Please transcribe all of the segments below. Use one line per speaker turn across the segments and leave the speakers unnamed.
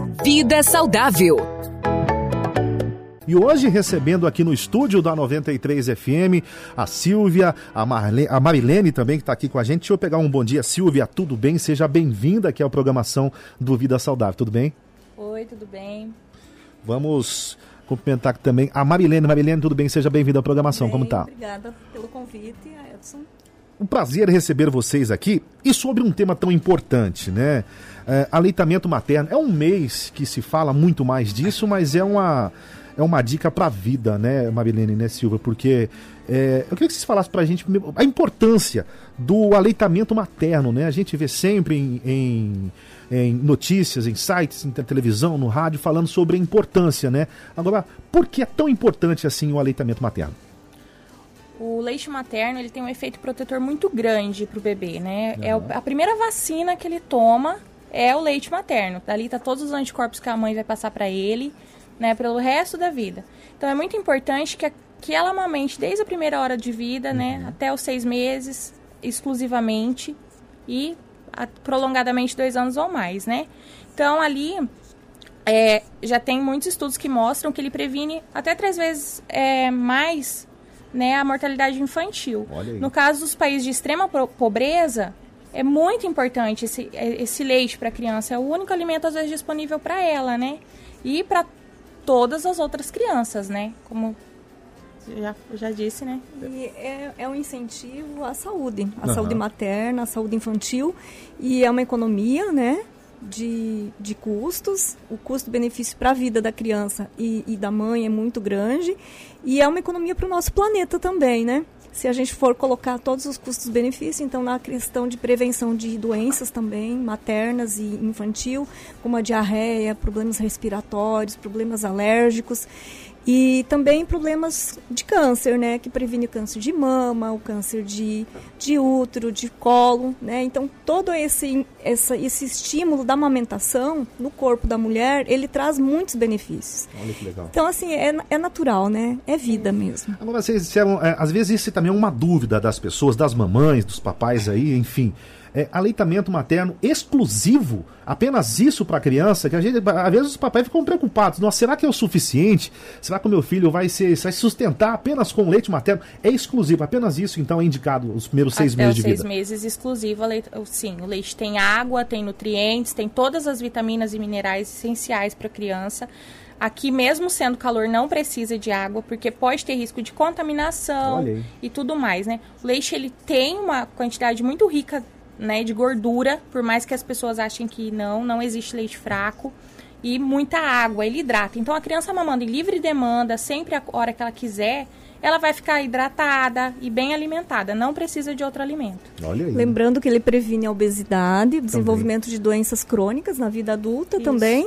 Vida Saudável.
E hoje recebendo aqui no estúdio da 93 FM, a Silvia, a Marilene também que está aqui com a gente. Deixa eu pegar um bom dia, Silvia, tudo bem? Seja bem-vinda aqui à programação do Vida Saudável, tudo bem?
Oi, tudo bem?
Vamos cumprimentar também a Marilene. Marilene, tudo bem? Seja bem-vinda à programação,
Bem,
como está?
Obrigada pelo convite, Edson.
Um prazer receber vocês aqui e sobre um tema tão importante, né? Aleitamento materno. É um mês que se fala muito mais disso, mas é uma dica para a vida, né, Marilene, né, Silvia? Porque eu queria que vocês falassem para a gente a importância do aleitamento materno, né? A gente vê sempre em notícias, em sites, na televisão, no rádio, falando sobre a importância, né? Agora, por que é tão importante assim o aleitamento materno?
O leite materno, ele tem um efeito protetor muito grande para o bebê, né? A primeira vacina que ele toma é o leite materno. Dali tá todos os anticorpos que a mãe vai passar para ele, né, pelo resto da vida. Então é muito importante que ela amamente desde a primeira hora de vida, né, até os 6 meses, exclusivamente, e prolongadamente 2 anos ou mais, né? Então ali já tem muitos estudos que mostram que ele previne até 3 vezes mais, né, a mortalidade infantil. No caso dos países de extrema pobreza, é muito importante esse leite para a criança. É o único alimento, às vezes, disponível para ela, né? E para todas as outras crianças, né? Como já disse, né?
E é um incentivo à saúde. À saúde materna, à saúde infantil. E é uma economia, né? De custos. O custo-benefício para a vida da criança e da mãe é muito grande. E é uma economia para o nosso planeta também, né? Se a gente for colocar todos os custos-benefícios, então na questão de prevenção de doenças também, maternas e infantil, como a diarreia, problemas respiratórios, problemas alérgicos e também problemas de câncer, né? Que previne o câncer de mama, o câncer de útero, de colo, né? Então todo esse estímulo da amamentação no corpo da mulher, ele traz muitos benefícios.
Olha que legal.
Então assim, é natural, né? É vida mesmo.
Agora vocês disseram, às vezes isso também é uma dúvida das pessoas, das mamães, dos papais aí, enfim. Aleitamento materno exclusivo, apenas isso para a criança, que às vezes os papais ficam preocupados. Nossa, será que é o suficiente? Será que o meu filho vai se sustentar apenas com leite materno? É exclusivo, apenas isso então é indicado os primeiros 6 meses de vida?
Até os 6 meses exclusivo, sim, o leite tem água, tem nutrientes, tem todas as vitaminas e minerais essenciais para a criança. Aqui, mesmo sendo calor, não precisa de água, porque pode ter risco de contaminação e tudo mais, né? O leite, ele tem uma quantidade muito rica, né, de gordura, por mais que as pessoas achem que não existe leite fraco, e muita água, ele hidrata. Então, a criança mamando em livre demanda, sempre a hora que ela quiser, ela vai ficar hidratada e bem alimentada, não precisa de outro alimento.
Olha aí.
Lembrando que ele previne a obesidade, o desenvolvimento de doenças crônicas na vida adulta também.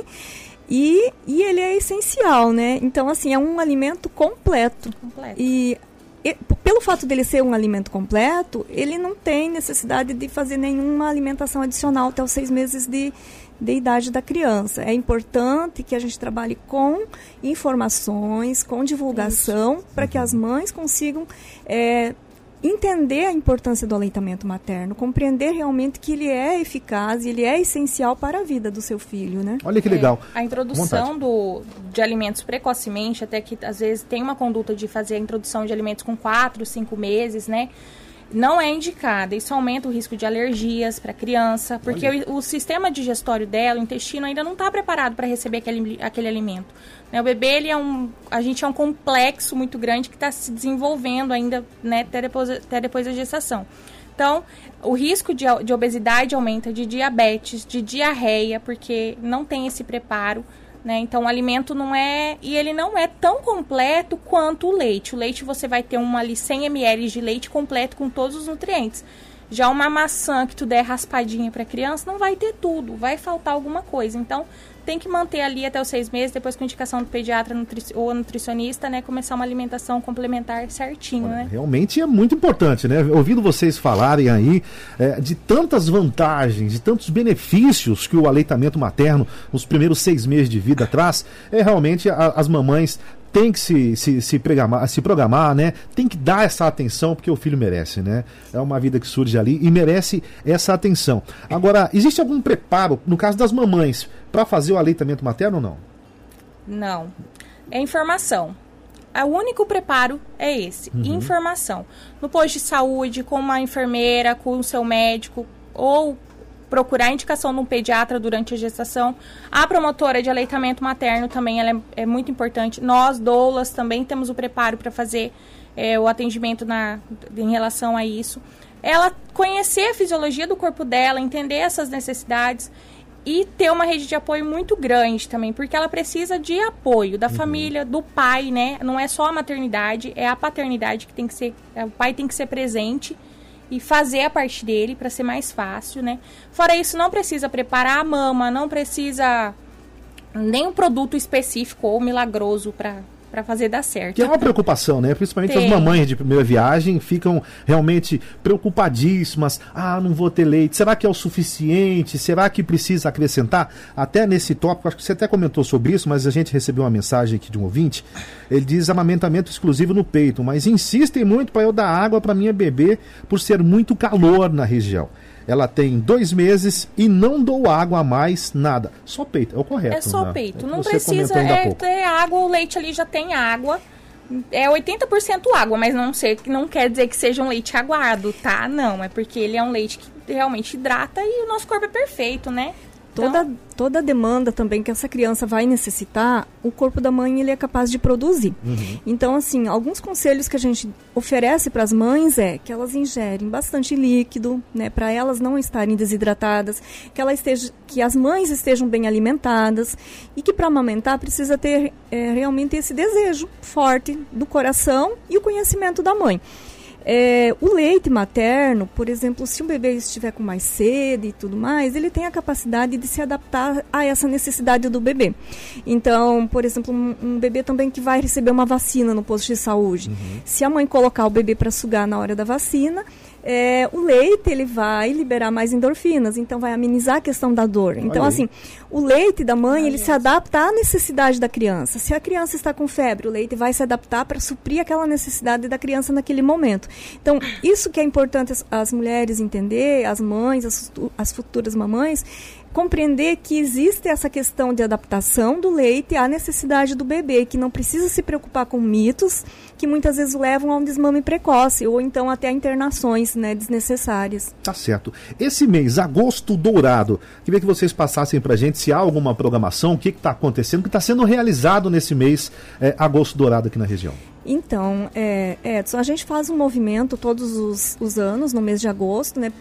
E ele é essencial, né? Então, assim, é um alimento completo. E pelo fato dele ser um alimento completo, ele não tem necessidade de fazer nenhuma alimentação adicional até os 6 meses de idade da criança. É importante que a gente trabalhe com informações, com divulgação, para que as mães consigam entender a importância do aleitamento materno, compreender realmente que ele é eficaz e ele é essencial para a vida do seu filho, né?
Olha que legal.
A introdução de alimentos precocemente, até que às vezes tem uma conduta de fazer a introdução de alimentos com 4, 5 meses, né? Não é indicada. Isso aumenta o risco de alergias para a criança, porque o sistema digestório dela, o intestino, ainda não está preparado para receber aquele alimento. Né? O bebê, a gente é um complexo muito grande que está se desenvolvendo ainda, né, até depois da gestação. Então, o risco de obesidade aumenta, de diabetes, de diarreia, porque não tem esse preparo. Né? Então, o alimento ele não é tão completo quanto o leite. O leite você vai ter ali 100 ml de leite completo com todos os nutrientes. Já uma maçã que tu der raspadinha para criança, não vai ter tudo, vai faltar alguma coisa. Então, tem que manter ali até os 6 meses, depois com indicação do pediatra ou nutricionista, né, começar uma alimentação complementar certinho, né?
Realmente é muito importante, né? Ouvindo vocês falarem aí de tantas vantagens, de tantos benefícios que o aleitamento materno nos primeiros 6 meses de vida traz, realmente as mamães tem que se programar, né? Tem que dar essa atenção, porque o filho merece, né? É uma vida que surge ali e merece essa atenção. Agora, existe algum preparo, no caso das mamães, para fazer o aleitamento materno ou não?
Não. É informação. O único preparo é esse, informação. No posto de saúde, com uma enfermeira, com o seu médico, ou procurar indicação de um pediatra durante a gestação. A promotora de aleitamento materno também ela é muito importante. Nós, doulas, também temos o preparo para fazer o atendimento em relação a isso. Ela conhecer a fisiologia do corpo dela, entender essas necessidades e ter uma rede de apoio muito grande também, porque ela precisa de apoio da família, do pai, né? Não é só a maternidade, é a paternidade que tem que ser, o pai tem que ser presente e fazer a parte dele para ser mais fácil, né? Fora isso, não precisa preparar a mama, não precisa nem um produto específico ou milagroso para fazer dar certo.
Que é uma preocupação, né? Principalmente as mamães de primeira viagem ficam realmente preocupadíssimas. Ah, não vou ter leite. Será que é o suficiente? Será que precisa acrescentar? Até nesse tópico, acho que você até comentou sobre isso, mas a gente recebeu uma mensagem aqui de um ouvinte. Ele diz amamentamento exclusivo no peito, mas insistem muito para eu dar água para minha bebê por ser muito calor na região. Ela tem 2 meses e não dou água a mais, nada. Só peito, é o correto.
É só
né?
peito, não precisa ter água, o leite ali já tem água. É 80% água, mas não quer dizer que seja um leite aguado, tá? Não, é porque ele é um leite que realmente hidrata e o nosso corpo é perfeito, né?
Toda a demanda também que essa criança vai necessitar, o corpo da mãe ele é capaz de produzir. Então, assim, alguns conselhos que a gente oferece para as mães é que elas ingerem bastante líquido, né, para elas não estarem desidratadas, que as mães estejam bem alimentadas e que para amamentar precisa ter realmente esse desejo forte do coração e o conhecimento da mãe. O leite materno, por exemplo, se um bebê estiver com mais sede e tudo mais, ele tem a capacidade de se adaptar a essa necessidade do bebê. Então, por exemplo, um bebê também que vai receber uma vacina no posto de saúde, se a mãe colocar o bebê para sugar na hora da vacina, o leite ele vai liberar mais endorfinas, então vai amenizar a questão da dor. Então, assim, o leite da mãe, ele se adapta à necessidade da criança. Se a criança está com febre, o leite vai se adaptar para suprir aquela necessidade da criança naquele momento. Então, isso que é importante as mulheres entender, as mães, as futuras mamães, compreender que existe essa questão de adaptação do leite à necessidade do bebê, que não precisa se preocupar com mitos que muitas vezes levam a um desmame precoce ou então até a internações, né, desnecessárias.
Tá certo. Esse mês, Agosto Dourado, queria que vocês passassem pra gente se há alguma programação, o que está acontecendo, o que está sendo realizado nesse mês Agosto Dourado aqui na região.
Então, Edson, a gente faz um movimento todos os anos, no mês de agosto, né,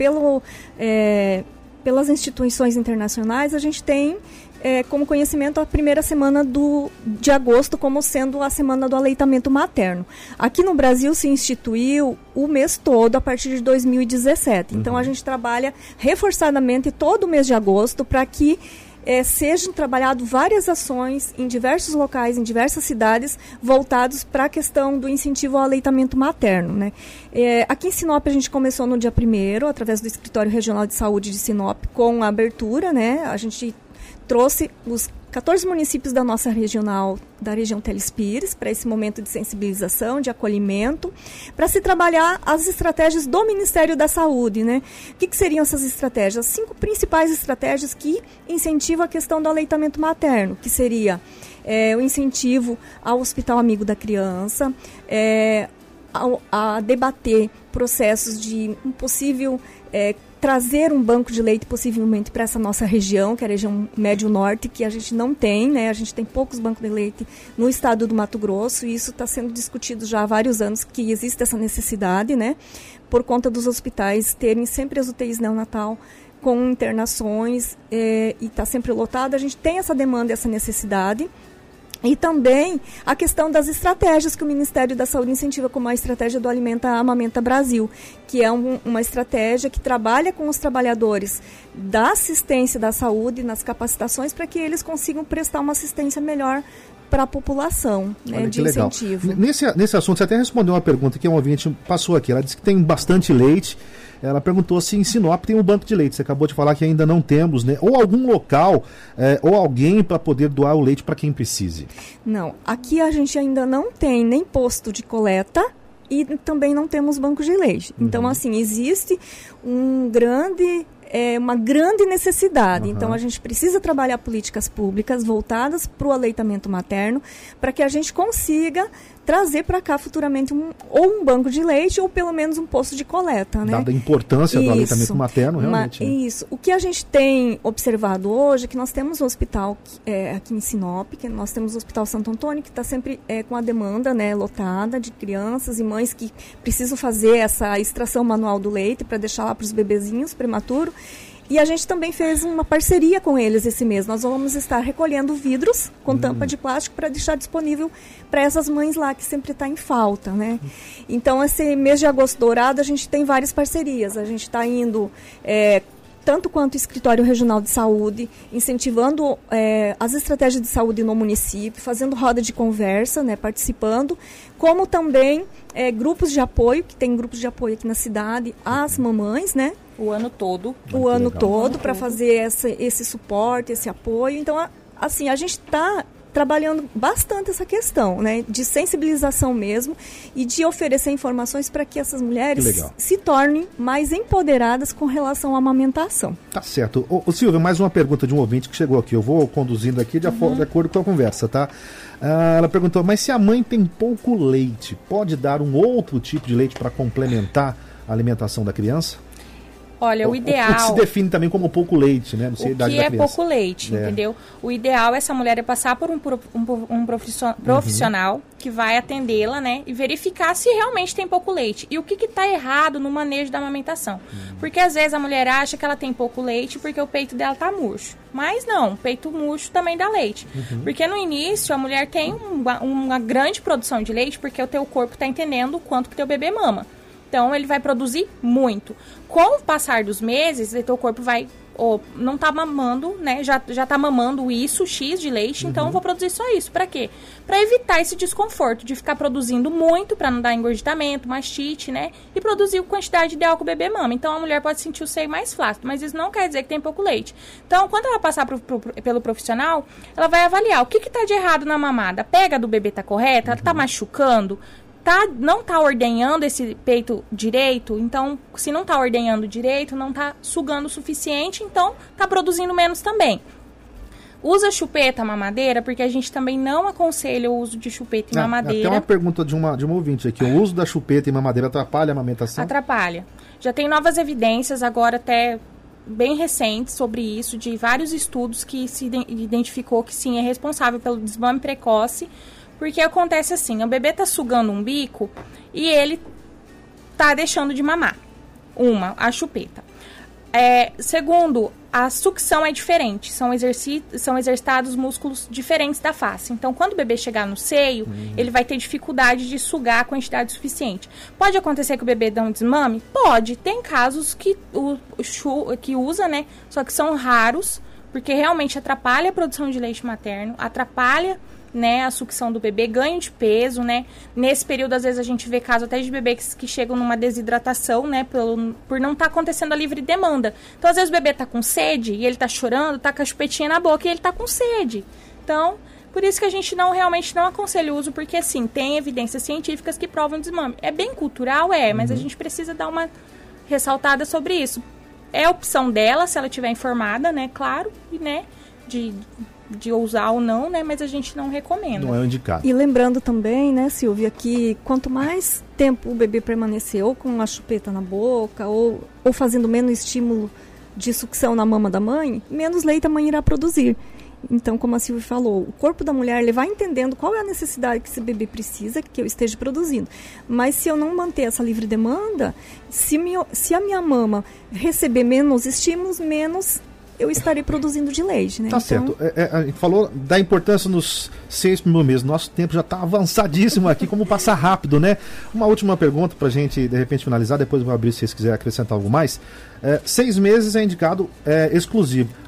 pelas instituições internacionais, a gente tem como conhecimento a primeira semana de agosto como sendo a semana do aleitamento materno. Aqui no Brasil se instituiu o mês todo a partir de 2017. Então a gente trabalha reforçadamente todo o mês de agosto para que sejam trabalhadas várias ações em diversos locais, em diversas cidades, voltados para a questão do incentivo ao aleitamento materno, né? Aqui em Sinop a gente começou no dia 1º, através do Escritório Regional de Saúde de Sinop, com a abertura, né? A gente trouxe os 14 municípios da nossa regional, da região Telespires, para esse momento de sensibilização, de acolhimento, para se trabalhar as estratégias do Ministério da Saúde, né? O que seriam essas estratégias? As 5 principais estratégias que incentivam a questão do aleitamento materno, que seria o incentivo ao Hospital Amigo da Criança, a debater processos de um possível trazer um banco de leite possivelmente para essa nossa região, que é a região Médio-Norte, que a gente não tem, né? A gente tem poucos bancos de leite no estado do Mato Grosso, e isso está sendo discutido já há vários anos, que existe essa necessidade, né? Por conta dos hospitais terem sempre as UTIs neonatal com internações e está sempre lotado. A gente tem essa demanda, essa necessidade. E também a questão das estratégias que o Ministério da Saúde incentiva, como a estratégia do Alimenta Amamenta Brasil, que é uma estratégia que trabalha com os trabalhadores da assistência da saúde, nas capacitações, para que eles consigam prestar uma assistência melhor para a população, né, de incentivo.
Nesse assunto, você até respondeu uma pergunta que um ouvinte passou aqui. Ela disse que tem bastante leite. Ela perguntou se em Sinop tem um banco de leite. Você acabou de falar que ainda não temos, né? Ou algum local, ou alguém para poder doar o leite para quem precise.
Não, aqui a gente ainda não tem nem posto de coleta e também não temos banco de leite. Então, assim, existe uma grande necessidade. Então, a gente precisa trabalhar políticas públicas voltadas para o aleitamento materno, para que a gente consiga trazer para cá futuramente um banco de leite ou pelo menos um posto de coleta, né?
Dada a importância do aleitamento materno, realmente.
Isso. O que a gente tem observado hoje é que nós temos um hospital aqui em Sinop, que nós temos o Hospital Santo Antônio, que está sempre com a demanda, né, lotada de crianças e mães que precisam fazer essa extração manual do leite para deixar lá para os bebezinhos prematuros. E a gente também fez uma parceria com eles esse mês. Nós vamos estar recolhendo vidros com tampa de plástico para deixar disponível para essas mães lá que sempre está em falta, né? Então, esse mês de agosto dourado, a gente tem várias parcerias. A gente está indo tanto quanto o Escritório Regional de Saúde, incentivando as estratégias de saúde no município, fazendo roda de conversa, né, participando, como também grupos de apoio, que tem grupos de apoio aqui na cidade, às mamães, né?
O ano todo.
O ano todo, para fazer esse suporte, esse apoio. Então, assim, a gente está trabalhando bastante essa questão, né, de sensibilização mesmo e de oferecer informações para que essas mulheres se tornem mais empoderadas com relação à amamentação.
Tá certo. Ô Silvia, mais uma pergunta de um ouvinte que chegou aqui. Eu vou conduzindo aqui de acordo com a conversa, tá? Ela perguntou, mas se a mãe tem pouco leite, pode dar um outro tipo de leite para complementar a alimentação da criança?
Olha, o ideal...
O que se define também como pouco leite, né? Não sei a idade da criança.
Pouco leite, entendeu? O ideal é essa mulher passar por um profissional que vai atendê-la, né? E verificar se realmente tem pouco leite. E o que está errado no manejo da amamentação. Porque às vezes a mulher acha que ela tem pouco leite porque o peito dela está murcho. Mas não, o peito murcho também dá leite. Porque no início a mulher tem uma grande produção de leite porque o teu corpo está entendendo o quanto que teu bebê mama. Então, ele vai produzir muito. Com o passar dos meses, o teu corpo vai... não tá mamando, né? Já tá mamando isso, X de leite, então eu vou produzir só isso. Pra quê? Pra evitar esse desconforto de ficar produzindo muito, pra não dar engordamento, mastite, né? E produzir a quantidade ideal que o bebê mama. Então, a mulher pode sentir o seio mais flácido, mas isso não quer dizer que tem pouco leite. Então, quando ela passar pelo profissional, ela vai avaliar o que tá de errado na mamada. A pega do bebê tá correta? Ela tá machucando? Não tá ordenhando esse peito direito, então, se não tá ordenhando direito, não tá sugando o suficiente, então tá produzindo menos também. Usa chupeta mamadeira, porque a gente também não aconselha o uso de chupeta e mamadeira.
Até uma pergunta de uma ouvinte aqui, o uso da chupeta e mamadeira atrapalha a amamentação?
Atrapalha. Já tem novas evidências, agora até bem recentes, sobre isso, de vários estudos que se identificou que sim, é responsável pelo desmame precoce. Porque acontece assim, o bebê tá sugando um bico e ele tá deixando de mamar. A chupeta. Segundo, a sucção é diferente. São exercitados músculos diferentes da face. Então, quando o bebê chegar no seio, ele vai ter dificuldade de sugar a quantidade suficiente. Pode acontecer que o bebê dê um desmame? Pode. Tem casos que usa, né? Só que são raros, porque realmente atrapalha a produção de leite materno, atrapalha, né, a sucção do bebê, ganho de peso, né? Nesse período, às vezes, a gente vê casos até de bebês que chegam numa desidratação, né? Por não estar acontecendo a livre demanda. Então, às vezes, o bebê tá com sede e ele tá chorando, tá com a chupetinha na boca e ele tá com sede. Então, por isso que a gente realmente não aconselha o uso, porque, assim, tem evidências científicas que provam desmame. É bem cultural, mas a gente precisa dar uma ressaltada sobre isso. É a opção dela, se ela estiver informada, né? Claro, e, né? De usar ou não, né? Mas a gente não recomenda.
Não é indicado.
E lembrando também, né, Silvia, que quanto mais tempo o bebê permaneceu com a chupeta na boca ou fazendo menos estímulo de sucção na mama da mãe, menos leite a mãe irá produzir. Então, como a Silvia falou, o corpo da mulher ele vai entendendo qual é a necessidade que esse bebê precisa que eu esteja produzindo. Mas se eu não manter essa livre demanda, se a minha mama receber menos estímulos, menos eu estarei produzindo de leite, né?
Tá certo. A gente falou da importância nos 6 primeiros meses. Nosso tempo já está avançadíssimo aqui, como passar rápido, né? Uma última pergunta para a gente, de repente, finalizar. Depois eu vou abrir se vocês quiserem acrescentar algo mais. 6 meses é indicado exclusivo.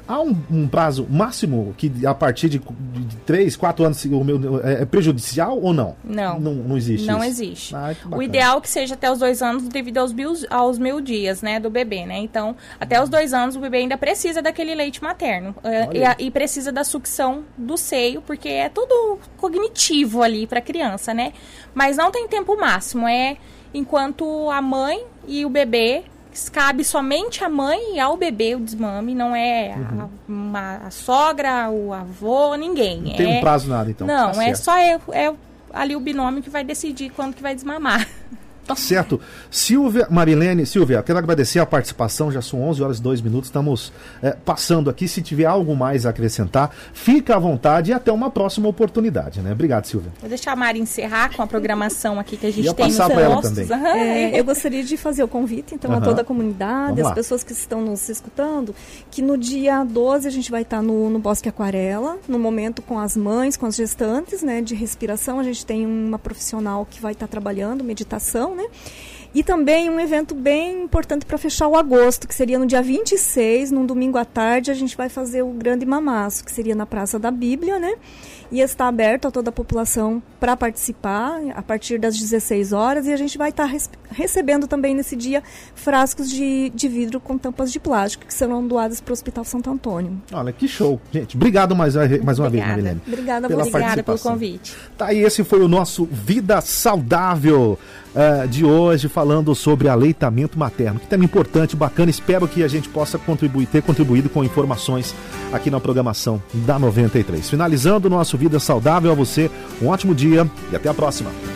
Há um prazo máximo que a partir de 3, 4 anos é prejudicial ou não? Não existe
Não
isso?
existe. O ideal é que seja até os 2 anos devido aos 1.000 dias, né, do bebê, né? Então, até os 2 anos o bebê ainda precisa daquele leite materno e precisa da sucção do seio, porque é tudo cognitivo ali para a criança, né? Mas não tem tempo máximo, enquanto a mãe e o bebê, cabe somente à mãe e ao bebê o desmame, não é a sogra, o avô, ninguém.
Não tem um prazo nada, então.
Não, só ali o binômio que vai decidir quando que vai desmamar.
Tá certo. Marilene, Silvia, quero agradecer a participação, já são 11 horas e 2 minutos, estamos passando aqui, se tiver algo mais a acrescentar, fica à vontade e até uma próxima oportunidade, né? Obrigado, Silvia.
Vou deixar a Mari encerrar com a programação aqui que a gente tem nos
postos.
Eu gostaria de fazer o convite, então, a toda a comunidade, as pessoas que estão nos escutando, que no dia 12 a gente vai estar no Bosque Aquarela, no momento com as mães, com as gestantes, né, de respiração, a gente tem uma profissional que vai estar trabalhando, meditação, né? E também um evento bem importante para fechar o agosto, que seria no dia 26, num domingo à tarde, a gente vai fazer o Grande Mamaço, que seria na Praça da Bíblia, né? E está aberto a toda a população para participar a partir das 16 horas e a gente vai estar recebendo também nesse dia frascos de vidro com tampas de plástico que serão doadas para o Hospital Santo Antônio.
Olha, que show. Gente, obrigado mais uma vez, Marilene.
Obrigada
pelo convite.
Tá, e esse foi o nosso Vida Saudável de hoje, falando sobre aleitamento materno. Que tema importante, bacana. Espero que a gente possa ter contribuído com informações aqui na programação da 93. Finalizando o nosso Vida Saudável, a você um ótimo dia e até a próxima.